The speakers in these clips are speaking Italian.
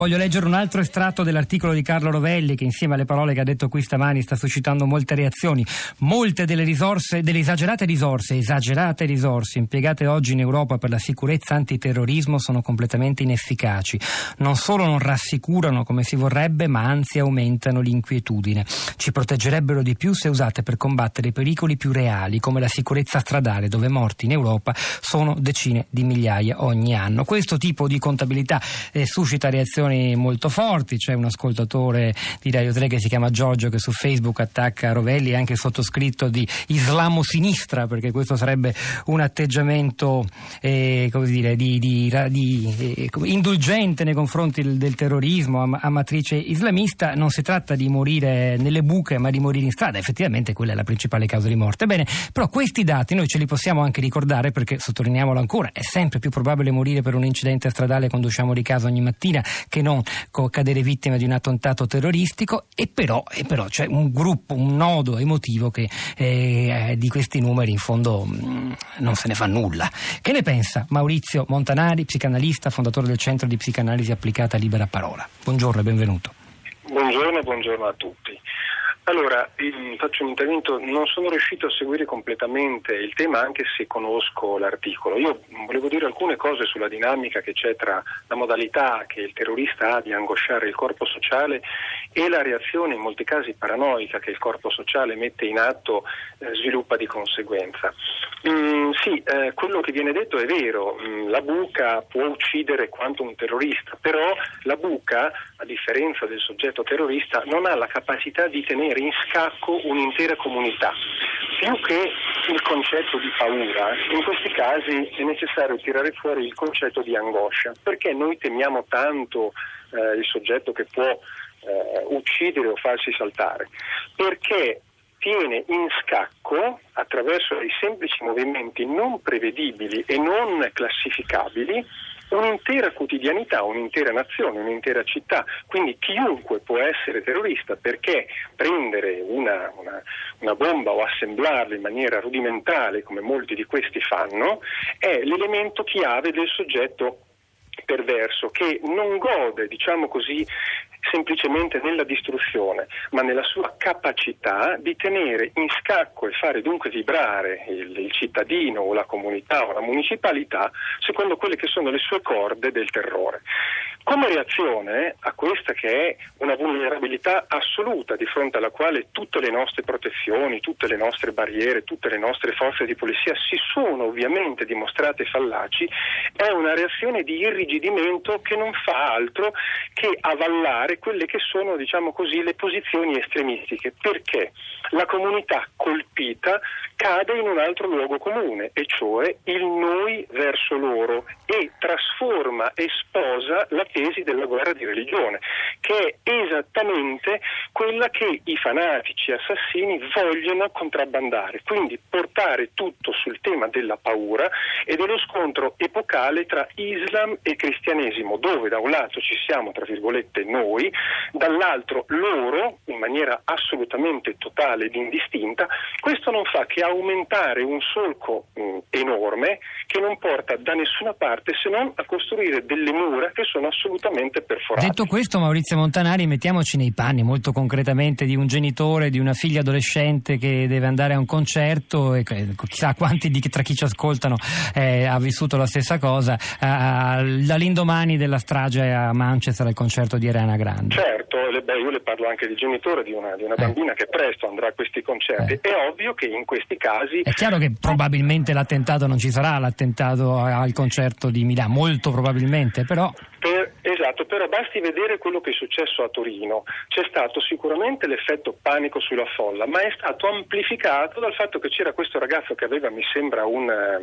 Voglio leggere un altro estratto dell'articolo di Carlo Rovelli che insieme alle parole che ha detto qui stamani sta suscitando molte reazioni. Molte delle esagerate risorse impiegate oggi in Europa per la sicurezza antiterrorismo sono completamente inefficaci. Non solo non rassicurano come si vorrebbe, ma anzi aumentano l'inquietudine. Ci proteggerebbero di più se usate per combattere i pericoli più reali, come la sicurezza stradale, dove morti in Europa sono decine di migliaia ogni anno. Questo tipo di contabilità suscita reazioni molto forti. C'è un ascoltatore di Radio 3 che si chiama Giorgio che su Facebook attacca Rovelli e anche il sottoscritto di islamosinistra, perché questo sarebbe un atteggiamento indulgente nei confronti del terrorismo a matrice islamista. Non si tratta di morire nelle buche, ma di morire in strada. Effettivamente quella è la principale causa di morte. Bene, però questi dati noi ce li possiamo anche ricordare, perché sottolineiamolo ancora, è sempre più probabile morire per un incidente stradale quando usciamo di casa ogni mattina che non cadere vittima di un attentato terroristico, e però c'è un gruppo, un nodo emotivo che di questi numeri in fondo non se ne fa nulla. Che ne pensa Maurizio Montanari, psicanalista, fondatore del Centro di Psicanalisi Applicata Libera Parola? Buongiorno e benvenuto. Buongiorno a tutti. Allora, faccio un intervento, non sono riuscito a seguire completamente il tema anche se conosco l'articolo. Io volevo dire alcune cose sulla dinamica che c'è tra la modalità che il terrorista ha di angosciare il corpo sociale e la reazione in molti casi paranoica che il corpo sociale mette in atto, sviluppa di conseguenza. Quello che viene detto è vero, la buca può uccidere quanto un terrorista, però la buca, a differenza del soggetto terrorista, non ha la capacità di tenere in scacco un'intera comunità. Più che il concetto di paura, in questi casi è necessario tirare fuori il concetto di angoscia, perché noi temiamo tanto il soggetto che può uccidere o farsi saltare, perché tiene in scacco, attraverso dei semplici movimenti non prevedibili e non classificabili, un'intera quotidianità, un'intera nazione, un'intera città. Quindi chiunque può essere terrorista, perché prendere una bomba o assemblarla in maniera rudimentale, come molti di questi fanno, è l'elemento chiave del soggetto perverso, che non gode, diciamo così, semplicemente nella distruzione, ma nella sua capacità di tenere in scacco e fare dunque vibrare il cittadino o la comunità o la municipalità secondo quelle che sono le sue corde del terrore. Come reazione a questa che è una vulnerabilità assoluta di fronte alla quale tutte le nostre protezioni, tutte le nostre barriere, tutte le nostre forze di polizia si sono ovviamente dimostrate fallaci, è una reazione di irrigidimento che non fa altro che avallare quelle che sono, diciamo così, le posizioni estremistiche, perché la comunità colpita cade in un altro luogo comune, e cioè il noi verso loro, e trasforma e sposa la tesi della guerra di religione, che è esattamente quella che i fanatici assassini vogliono contrabbandare, quindi portare tutto sul tema della paura e dello scontro epocale tra Islam e cristianesimo, dove da un lato ci siamo, tra virgolette, noi, dall'altro loro, in maniera assolutamente totale ed indistinta. Questo non fa che aumentare un solco enorme che non porta da nessuna parte se non a costruire delle mura che sono assolutamente perforate. Detto questo, Maurizio Montanari, mettiamoci nei panni molto concretamente di un genitore di una figlia adolescente che deve andare a un concerto, e chissà quanti tra chi ci ascoltano ha vissuto la stessa cosa, dall'indomani della strage a Manchester al concerto di Ariana Grande. Certo, io le parlo anche di genitore di una bambina che presto andrà a questi concerti. È ovvio che in questi casi... È chiaro che probabilmente l'attentato non ci sarà, l'attentato al concerto di Milano, molto probabilmente, però... Esatto, però basti vedere quello che è successo a Torino. C'è stato sicuramente l'effetto panico sulla folla, ma è stato amplificato dal fatto che c'era questo ragazzo che aveva, mi sembra, una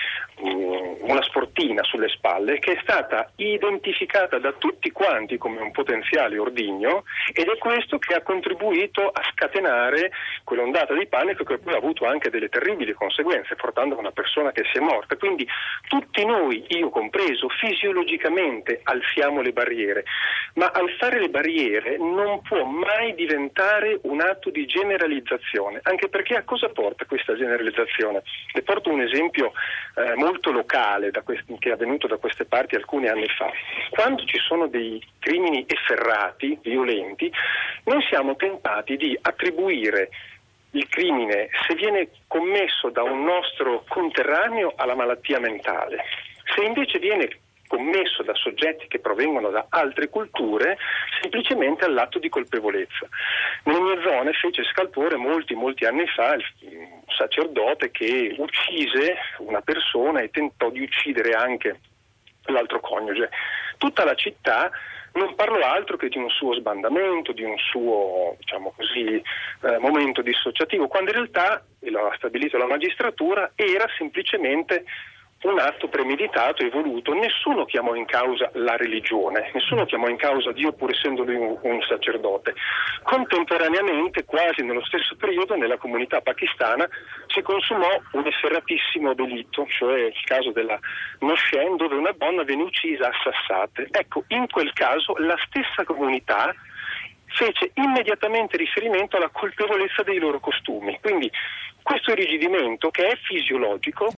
sportina sulle spalle, che è stata identificata da tutti quanti come un potenziale ordigno, ed è questo che ha contribuito a scatenare quell'ondata di panico che poi ha avuto anche delle terribili conseguenze, portando a una persona che si è morta. Quindi tutti noi, io compreso, fisiologicamente alziamo alziamo le barriere, ma alzare le barriere non può mai diventare un atto di generalizzazione, anche perché a cosa porta questa generalizzazione? Le porto un esempio molto locale che è avvenuto da queste parti alcuni anni fa. Quando ci sono dei crimini efferrati, violenti, noi siamo tentati di attribuire il crimine, se viene commesso da un nostro conterraneo, alla malattia mentale. Se invece viene commesso da soggetti che provengono da altre culture, semplicemente all'atto di colpevolezza. Nelle mie zone fece scalpore molti anni fa il sacerdote che uccise una persona e tentò di uccidere anche l'altro coniuge. Tutta la città non parlò altro che di un suo sbandamento, di un suo, momento dissociativo, quando in realtà, e lo ha stabilito la magistratura, era semplicemente un atto premeditato e voluto. Nessuno chiamò in causa la religione, nessuno chiamò in causa Dio, pur essendo lui un sacerdote. Contemporaneamente, quasi nello stesso periodo, nella comunità pakistana si consumò un efferratissimo delitto, cioè il caso della Noshen, dove una donna venne uccisa a sassate. Ecco, in quel caso la stessa comunità fece immediatamente riferimento alla colpevolezza dei loro costumi. Quindi questo irrigidimento, che è fisiologico,